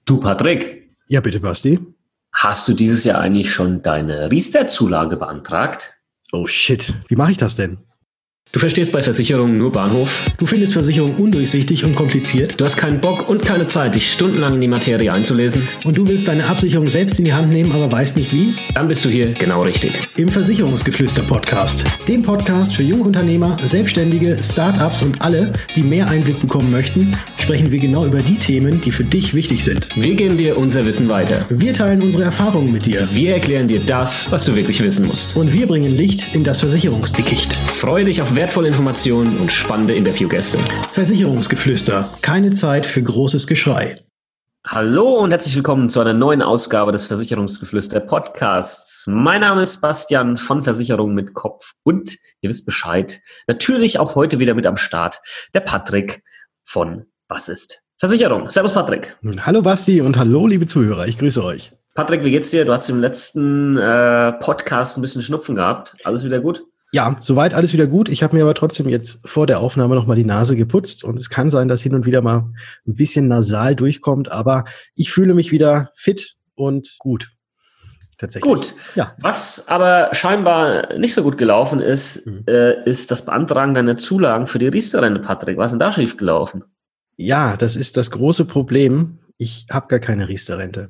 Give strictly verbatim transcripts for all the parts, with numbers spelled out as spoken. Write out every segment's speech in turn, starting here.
Du, Patrick. Ja, bitte, Basti. Hast du dieses Jahr eigentlich schon deine Riester-Zulage beantragt? Oh shit, wie mache ich das denn? Du verstehst bei Versicherungen nur Bahnhof. Du findest Versicherungen undurchsichtig und kompliziert. Du hast keinen Bock und keine Zeit, dich stundenlang in die Materie einzulesen. Und du willst deine Absicherung selbst in die Hand nehmen, aber weißt nicht wie? Dann bist du hier genau richtig. Im Versicherungsgeflüster-Podcast. Dem Podcast für Jungunternehmer, Selbstständige, Startups und alle, die mehr Einblick bekommen möchten, sprechen wir genau über die Themen, die für dich wichtig sind. Wir geben dir unser Wissen weiter. Wir teilen unsere Erfahrungen mit dir. Wir erklären dir das, was du wirklich wissen musst. Und wir bringen Licht in das Versicherungsdickicht. Freue dich auf wertvolle Informationen und spannende Interviewgäste. Versicherungsgeflüster. Keine Zeit für großes Geschrei. Hallo und herzlich willkommen zu einer neuen Ausgabe des Versicherungsgeflüster Podcasts. Mein Name ist Bastian von Versicherung mit Kopf und ihr wisst Bescheid. Natürlich auch heute wieder mit am Start der Patrick von Was ist Versicherung. Servus Patrick. Hallo Basti und hallo liebe Zuhörer, ich grüße euch. Patrick, wie geht's dir? Du hast im letzten äh, Podcast ein bisschen Schnupfen gehabt. Alles wieder gut? Ja, soweit alles wieder gut. Ich habe mir aber trotzdem jetzt vor der Aufnahme nochmal die Nase geputzt und es kann sein, dass hin und wieder mal ein bisschen nasal durchkommt, aber ich fühle mich wieder fit und gut. Tatsächlich. Gut. Ja. Was aber scheinbar nicht so gut gelaufen ist, mhm. äh, ist das Beantragen deiner Zulagen für die Riester-Rente, Patrick. Was ist denn da schief gelaufen? Ja, das ist das große Problem. Ich habe gar keine Riester-Rente.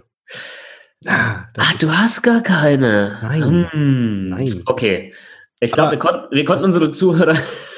Ah, Ach, du hast gar keine? Nein. Hm. Nein. Okay. Ich glaube, wir, kon- wir konnten unsere Zuhörer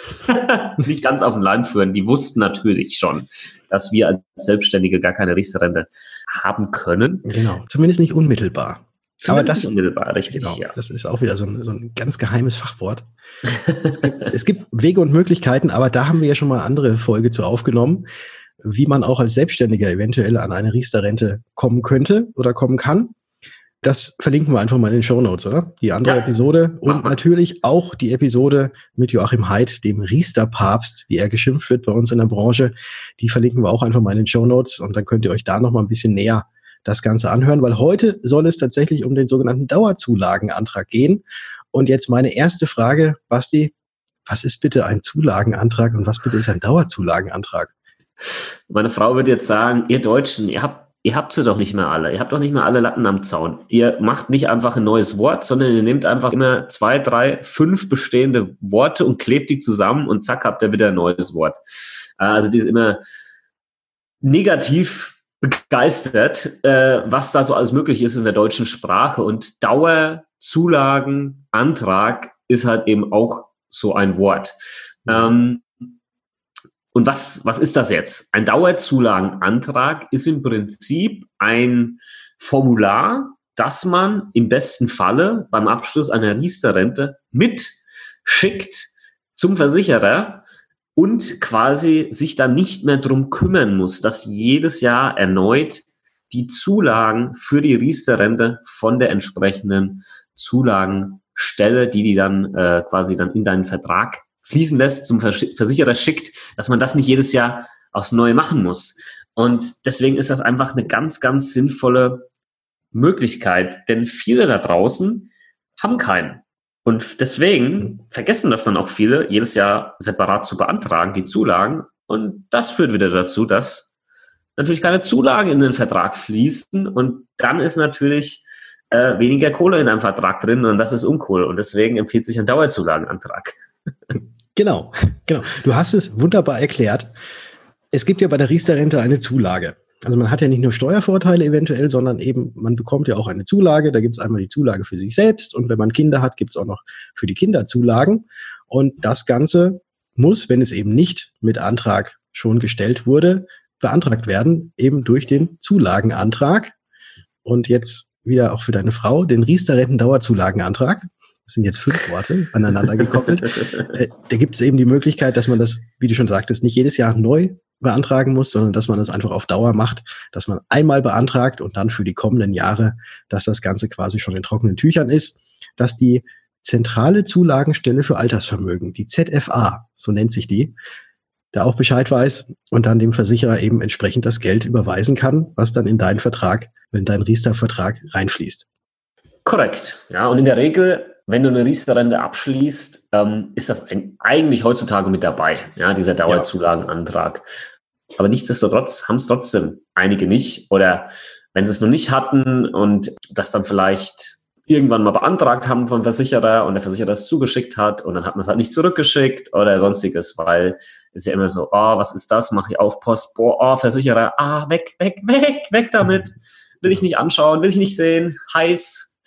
nicht ganz auf den Leim führen. Die wussten natürlich schon, dass wir als Selbstständige gar keine Riester-Rente haben können. Genau, zumindest nicht unmittelbar. Zumindest Aber das nicht unmittelbar, richtig. Genau, ja. Das ist auch wieder so ein, so ein ganz geheimes Fachwort. es, gibt, es gibt Wege und Möglichkeiten, aber da haben wir ja schon mal andere Folge zu aufgenommen, wie man auch als Selbstständiger eventuell an eine Riester-Rente kommen könnte oder kommen kann. Das verlinken wir einfach mal in den Shownotes, oder? Die andere ja, Episode und natürlich auch die Episode mit Joachim Haidt, dem Riester-Papst, wie er geschimpft wird bei uns in der Branche. Die verlinken wir auch einfach mal in den Shownotes und dann könnt ihr euch da noch mal ein bisschen näher das Ganze anhören, weil heute soll es tatsächlich um den sogenannten Dauerzulagenantrag gehen. Und jetzt meine erste Frage, Basti, was ist bitte ein Zulagenantrag und was bitte ist ein Dauerzulagenantrag? Meine Frau wird jetzt sagen, ihr Deutschen, ihr habt Ihr habt sie doch nicht mehr alle. Ihr habt doch nicht mehr alle Latten am Zaun. Ihr macht nicht einfach ein neues Wort, sondern ihr nehmt einfach immer zwei, drei, fünf bestehende Worte und klebt die zusammen und zack, habt ihr wieder ein neues Wort. Also die ist immer negativ begeistert, was da so alles möglich ist in der deutschen Sprache. Und Dauerzulagenantrag ist halt eben auch so ein Wort. Mhm. Und was, was ist das jetzt? Ein Dauerzulagenantrag ist im Prinzip ein Formular, das man im besten Falle beim Abschluss einer Riester-Rente mitschickt zum Versicherer und quasi sich dann nicht mehr drum kümmern muss, dass jedes Jahr erneut die Zulagen für die Riester-Rente von der entsprechenden Zulagenstelle, die die dann äh, quasi dann in deinen Vertrag fließen lässt, zum Versicherer schickt, dass man das nicht jedes Jahr aufs Neue machen muss. Und deswegen ist das einfach eine ganz, ganz sinnvolle Möglichkeit, denn viele da draußen haben keinen. Und deswegen vergessen das dann auch viele, jedes Jahr separat zu beantragen, die Zulagen. Und das führt wieder dazu, dass natürlich keine Zulagen in den Vertrag fließen und dann ist natürlich äh, weniger Kohle in einem Vertrag drin und das ist uncool. Und deswegen empfiehlt sich ein Dauerzulagenantrag. Genau, genau. Du hast es wunderbar erklärt. Es gibt ja bei der Riester-Rente eine Zulage. Also man hat ja nicht nur Steuervorteile eventuell, sondern eben, man bekommt ja auch eine Zulage. Da gibt es einmal die Zulage für sich selbst und wenn man Kinder hat, gibt es auch noch für die Kinder Zulagen. Und das Ganze muss, wenn es eben nicht mit Antrag schon gestellt wurde, beantragt werden, eben durch den Zulagenantrag. Und jetzt wieder auch für deine Frau, den Riester-Renten-Dauerzulagenantrag. Das sind jetzt fünf Worte aneinander gekoppelt. äh, da gibt es eben die Möglichkeit, dass man das, wie du schon sagtest, nicht jedes Jahr neu beantragen muss, sondern dass man das einfach auf Dauer macht, dass man einmal beantragt und dann für die kommenden Jahre, dass das Ganze quasi schon in trockenen Tüchern ist, dass die zentrale Zulagenstelle für Altersvermögen, die Z F A, so nennt sich die, da auch Bescheid weiß und dann dem Versicherer eben entsprechend das Geld überweisen kann, was dann in deinen Vertrag, in deinen Riester-Vertrag reinfließt. Korrekt, ja, und in der Regel, wenn du eine Riester-Rente abschließt, ähm, ist das ein, eigentlich heutzutage mit dabei, ja, dieser Dauerzulagenantrag. Aber nichtsdestotrotz haben es trotzdem einige nicht. Oder wenn sie es noch nicht hatten und das dann vielleicht irgendwann mal beantragt haben vom Versicherer und der Versicherer es zugeschickt hat und dann hat man es halt nicht zurückgeschickt oder sonstiges, weil es ja immer so, oh, was ist das? Mache ich auf Post, boah, oh, Versicherer, ah, weg, weg, weg, weg damit. Will ich nicht anschauen, will ich nicht sehen, heiß.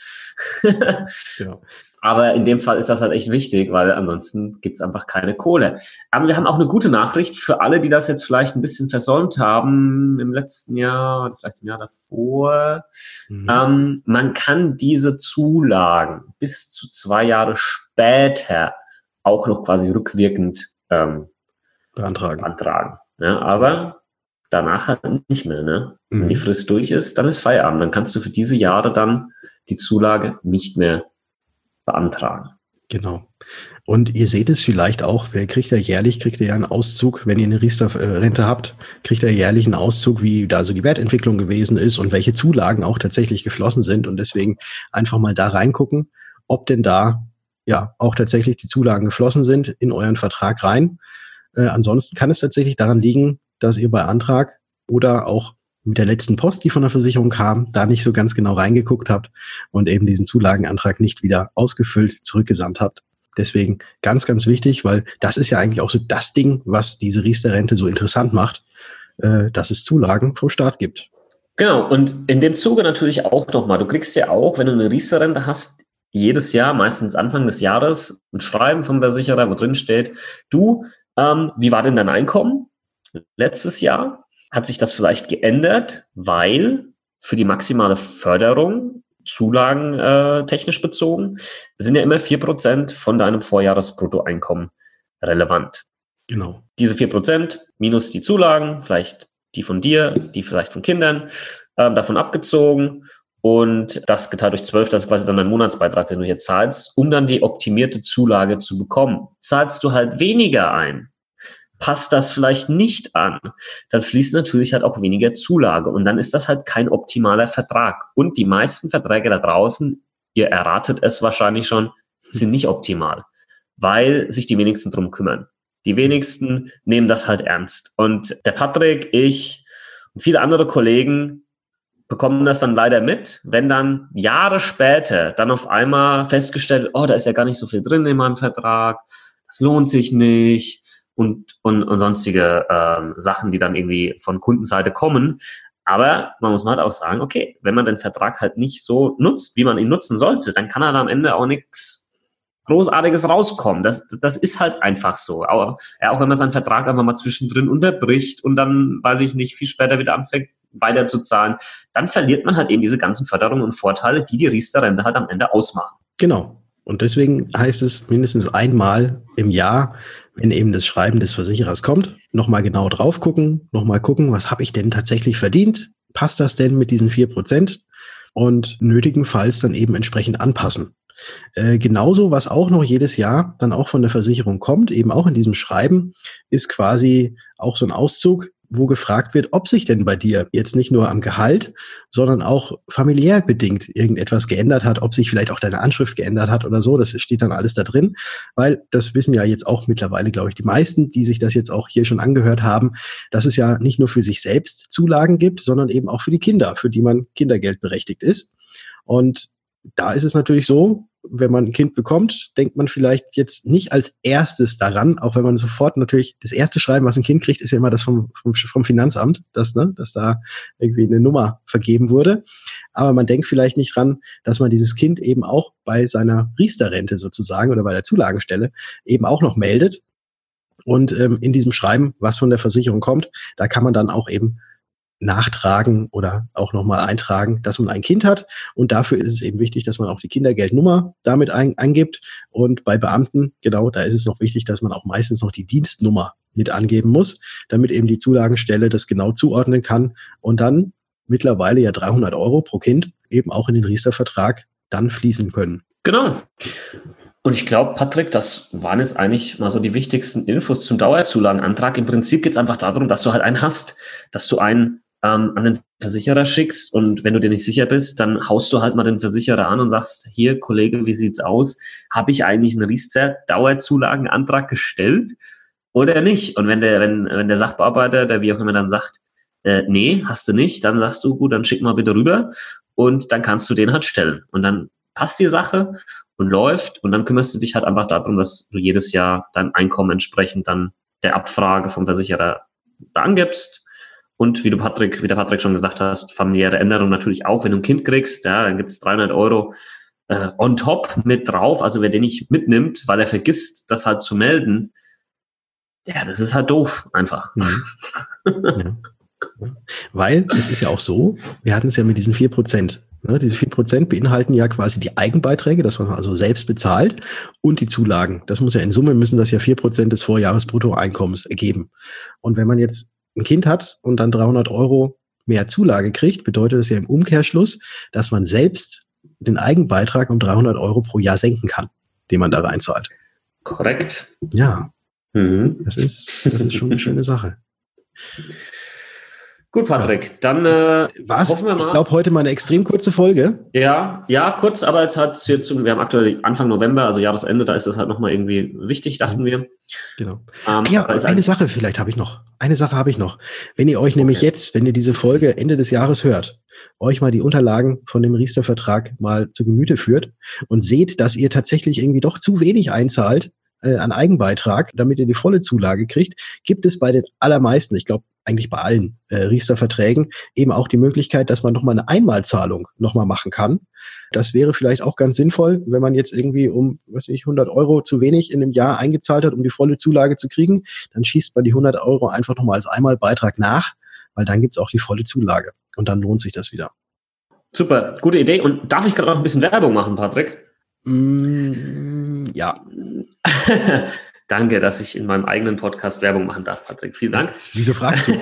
Genau. Aber in dem Fall ist das halt echt wichtig, weil ansonsten gibt's einfach keine Kohle. Aber wir haben auch eine gute Nachricht für alle, die das jetzt vielleicht ein bisschen versäumt haben im letzten Jahr oder vielleicht im Jahr davor. Mhm. Ähm, man kann diese Zulagen bis zu zwei Jahre später auch noch quasi rückwirkend ähm, beantragen. beantragen. Ja, aber danach halt nicht mehr. Ne? Mhm. Wenn die Frist durch ist, dann ist Feierabend. Dann kannst du für diese Jahre dann die Zulage nicht mehr beantragen. Genau. Und ihr seht es vielleicht auch, wer kriegt ja jährlich, kriegt ihr ja einen Auszug, wenn ihr eine Riester-Rente habt, kriegt ihr jährlich einen Auszug, wie da so die Wertentwicklung gewesen ist und welche Zulagen auch tatsächlich geflossen sind. Und deswegen einfach mal da reingucken, ob denn da ja auch tatsächlich die Zulagen geflossen sind in euren Vertrag rein. Äh, ansonsten kann es tatsächlich daran liegen, dass ihr bei Antrag oder auch mit der letzten Post, die von der Versicherung kam, da nicht so ganz genau reingeguckt habt und eben diesen Zulagenantrag nicht wieder ausgefüllt zurückgesandt habt. Deswegen ganz, ganz wichtig, weil das ist ja eigentlich auch so das Ding, was diese Riester-Rente so interessant macht, äh, dass es Zulagen vom Staat gibt. Genau, und in dem Zuge natürlich auch nochmal, du kriegst ja auch, wenn du eine Riester-Rente hast, jedes Jahr, meistens Anfang des Jahres, ein Schreiben vom Versicherer, wo drin steht, du, ähm, wie war denn dein Einkommen letztes Jahr? Hat sich das vielleicht geändert, weil für die maximale Förderung, Zulagen äh, technisch bezogen, sind ja immer vier Prozent von deinem Vorjahresbruttoeinkommen relevant. Genau. Diese vier Prozent minus die Zulagen, vielleicht die von dir, die vielleicht von Kindern, äh, davon abgezogen und das geteilt durch zwölf, das ist quasi dann dein Monatsbeitrag, den du hier zahlst, um dann die optimierte Zulage zu bekommen. Zahlst du halt weniger ein, passt das vielleicht nicht an, dann fließt natürlich halt auch weniger Zulage und dann ist das halt kein optimaler Vertrag. Und die meisten Verträge da draußen, ihr erratet es wahrscheinlich schon, sind nicht optimal, weil sich die wenigsten drum kümmern. Die wenigsten nehmen das halt ernst. Und der Patrick, ich und viele andere Kollegen bekommen das dann leider mit, wenn dann Jahre später dann auf einmal festgestellt wird, oh, da ist ja gar nicht so viel drin in meinem Vertrag, das lohnt sich nicht. Und, und, und sonstige ähm, Sachen, die dann irgendwie von Kundenseite kommen. Aber man muss mal halt auch sagen, okay, wenn man den Vertrag halt nicht so nutzt, wie man ihn nutzen sollte, dann kann halt am Ende auch nichts Großartiges rauskommen. Das, das ist halt einfach so. Auch, ja, auch wenn man seinen Vertrag einfach mal zwischendrin unterbricht und dann, weiß ich nicht, viel später wieder anfängt, weiterzuzahlen, dann verliert man halt eben diese ganzen Förderungen und Vorteile, die die Riester-Rente halt am Ende ausmachen. Genau. Und deswegen heißt es mindestens einmal im Jahr, wenn eben das Schreiben des Versicherers kommt, nochmal genau drauf gucken, nochmal gucken, was habe ich denn tatsächlich verdient? Passt das denn mit diesen vier Prozent? Und nötigenfalls dann eben entsprechend anpassen. Äh, genauso, was auch noch jedes Jahr dann auch von der Versicherung kommt, eben auch in diesem Schreiben, ist quasi auch so ein Auszug, wo gefragt wird, ob sich denn bei dir jetzt nicht nur am Gehalt, sondern auch familiär bedingt irgendetwas geändert hat, ob sich vielleicht auch deine Anschrift geändert hat oder so. Das steht dann alles da drin, weil das wissen ja jetzt auch mittlerweile, glaube ich, die meisten, die sich das jetzt auch hier schon angehört haben, dass es ja nicht nur für sich selbst Zulagen gibt, sondern eben auch für die Kinder, für die man Kindergeld berechtigt ist. Und da ist es natürlich so, wenn man ein Kind bekommt, denkt man vielleicht jetzt nicht als erstes daran, auch wenn man sofort natürlich, das erste Schreiben, was ein Kind kriegt, ist ja immer das vom, vom, vom Finanzamt, das, ne, dass da irgendwie eine Nummer vergeben wurde. Aber man denkt vielleicht nicht dran, dass man dieses Kind eben auch bei seiner Riester-Rente sozusagen oder bei der Zulagenstelle eben auch noch meldet. Und ähm, in diesem Schreiben, was von der Versicherung kommt, da kann man dann auch eben nachtragen oder auch nochmal eintragen, dass man ein Kind hat. Und dafür ist es eben wichtig, dass man auch die Kindergeldnummer damit ein, eingibt. Und bei Beamten, genau, da ist es noch wichtig, dass man auch meistens noch die Dienstnummer mit angeben muss, damit eben die Zulagenstelle das genau zuordnen kann und dann mittlerweile ja dreihundert Euro pro Kind eben auch in den Riester-Vertrag dann fließen können. Genau. Und ich glaube, Patrick, das waren jetzt eigentlich mal so die wichtigsten Infos zum Dauerzulagenantrag. Im Prinzip geht es einfach darum, dass du halt einen hast, dass du einen ähm, an den Versicherer schickst und wenn du dir nicht sicher bist, dann haust du halt mal den Versicherer an und sagst, hier, Kollege, wie sieht's aus? Habe ich eigentlich einen Riester-Dauerzulagenantrag gestellt? oder nicht. Und wenn der, wenn, wenn der Sachbearbeiter, der wie auch immer dann sagt, äh, nee, hast du nicht, dann sagst du, gut, dann schick mal bitte rüber und dann kannst du den halt stellen. Und dann passt die Sache und läuft und dann kümmerst du dich halt einfach darum, dass du jedes Jahr dein Einkommen entsprechend dann der Abfrage vom Versicherer da angibst. Und wie du Patrick, wie der Patrick schon gesagt hast, familiäre Änderung natürlich auch, wenn du ein Kind kriegst, ja, dann gibt's dreihundert Euro äh, on top mit drauf. Also wer den nicht mitnimmt, weil er vergisst, das halt zu melden, ja, das ist halt doof, einfach. Mhm. Ja. Weil, es ist ja auch so, wir hatten es ja mit diesen vier Prozent. Ne? Diese vier Prozent beinhalten ja quasi die Eigenbeiträge, das was man also selbst bezahlt, und die Zulagen. Das muss ja in Summe, müssen das ja vier Prozent des Vorjahresbruttoeinkommens ergeben. Und wenn man jetzt ein Kind hat und dann dreihundert Euro mehr Zulage kriegt, bedeutet das ja im Umkehrschluss, dass man selbst den Eigenbeitrag um dreihundert Euro pro Jahr senken kann, den man da reinzahlt. Korrekt. Ja, Mhm. das ist, das ist schon eine schöne Sache. Gut, Patrick, ja. dann äh, Was? hoffen wir mal. Ich glaube, heute mal eine extrem kurze Folge. Ja, ja, kurz, aber jetzt hat hier zum, wir haben aktuell Anfang November, also Jahresende, da ist das halt nochmal irgendwie wichtig, dachten wir. Genau. Ähm, ja, eine Sache vielleicht habe ich noch. Eine Sache habe ich noch. Wenn ihr euch okay. nämlich jetzt, wenn ihr diese Folge Ende des Jahres hört, euch mal die Unterlagen von dem Riester-Vertrag mal zu Gemüte führt und seht, dass ihr tatsächlich irgendwie doch zu wenig einzahlt äh, an Eigenbeitrag, damit ihr die volle Zulage kriegt, gibt es bei den allermeisten, ich glaube eigentlich bei allen äh, Riester-Verträgen, eben auch die Möglichkeit, dass man nochmal eine Einmalzahlung nochmal machen kann. Das wäre vielleicht auch ganz sinnvoll, wenn man jetzt irgendwie um, weiß nicht, hundert Euro zu wenig in einem Jahr eingezahlt hat, um die volle Zulage zu kriegen, dann schießt man die hundert Euro einfach nochmal als Einmalbeitrag nach, weil dann gibt's auch die volle Zulage und dann lohnt sich das wieder. Super, gute Idee. Und darf ich gerade noch ein bisschen Werbung machen, Patrick? Mm, ja. Danke, dass ich in meinem eigenen Podcast Werbung machen darf, Patrick. Vielen Dank. Wieso fragst du?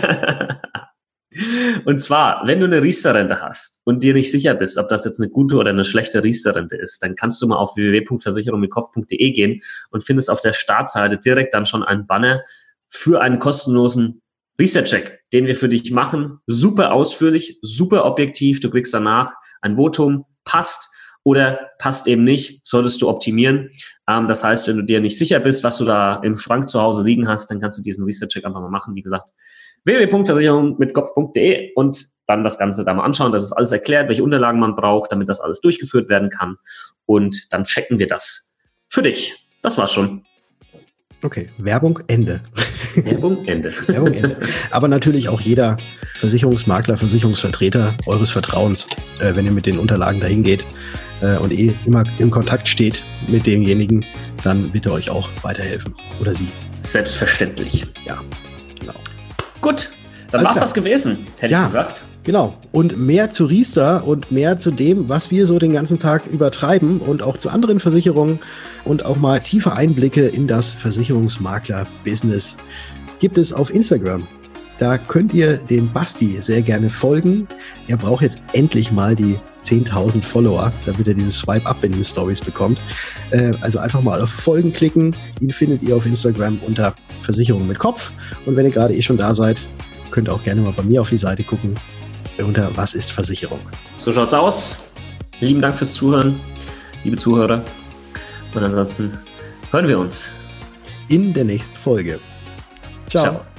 Und zwar, wenn du eine Riester-Rente hast und dir nicht sicher bist, ob das jetzt eine gute oder eine schlechte Riester-Rente ist, dann kannst du mal auf w w w punkt versicherung mit kopf punkt d e gehen und findest auf der Startseite direkt dann schon einen Banner für einen kostenlosen Riester-Check, den wir für dich machen. Super ausführlich, super objektiv. Du kriegst danach ein Votum, passt oder passt eben nicht, solltest du optimieren. Ähm, das heißt, wenn du dir nicht sicher bist, was du da im Schrank zu Hause liegen hast, dann kannst du diesen Riester-Check einfach mal machen. Wie gesagt, w w w punkt versicherung mit kopf punkt d e und dann das Ganze da mal anschauen. Das ist alles erklärt, welche Unterlagen man braucht, damit das alles durchgeführt werden kann. Und dann checken wir das für dich. Das war's schon. Okay, Werbung Ende. Werbung Ende. Werbung Ende. Aber natürlich auch jeder Versicherungsmakler, Versicherungsvertreter eures Vertrauens, äh, wenn ihr mit den Unterlagen dahin geht äh, und eh immer in Kontakt steht mit demjenigen, dann wird er euch auch weiterhelfen. Oder sie. Selbstverständlich. Ja, genau. Gut, dann Alles war's klar. das gewesen, hätte Ja. ich gesagt. Genau. Und mehr zu Riester und mehr zu dem, was wir so den ganzen Tag übertreiben und auch zu anderen Versicherungen und auch mal tiefe Einblicke in das Versicherungsmakler-Business gibt es auf Instagram. Da könnt ihr dem Basti sehr gerne folgen. Er braucht jetzt endlich mal die zehntausend Follower, damit er dieses Swipe-Up in den Stories bekommt. Äh, also einfach mal auf Folgen klicken. Ihn findet ihr auf Instagram unter Versicherung mit Kopf. Und wenn ihr gerade eh schon da seid, könnt ihr auch gerne mal bei mir auf die Seite gucken unter Was ist Versicherung? So schaut's aus. Lieben Dank fürs Zuhören, liebe Zuhörer. Und ansonsten hören wir uns. In der nächsten Folge. Ciao. Ciao.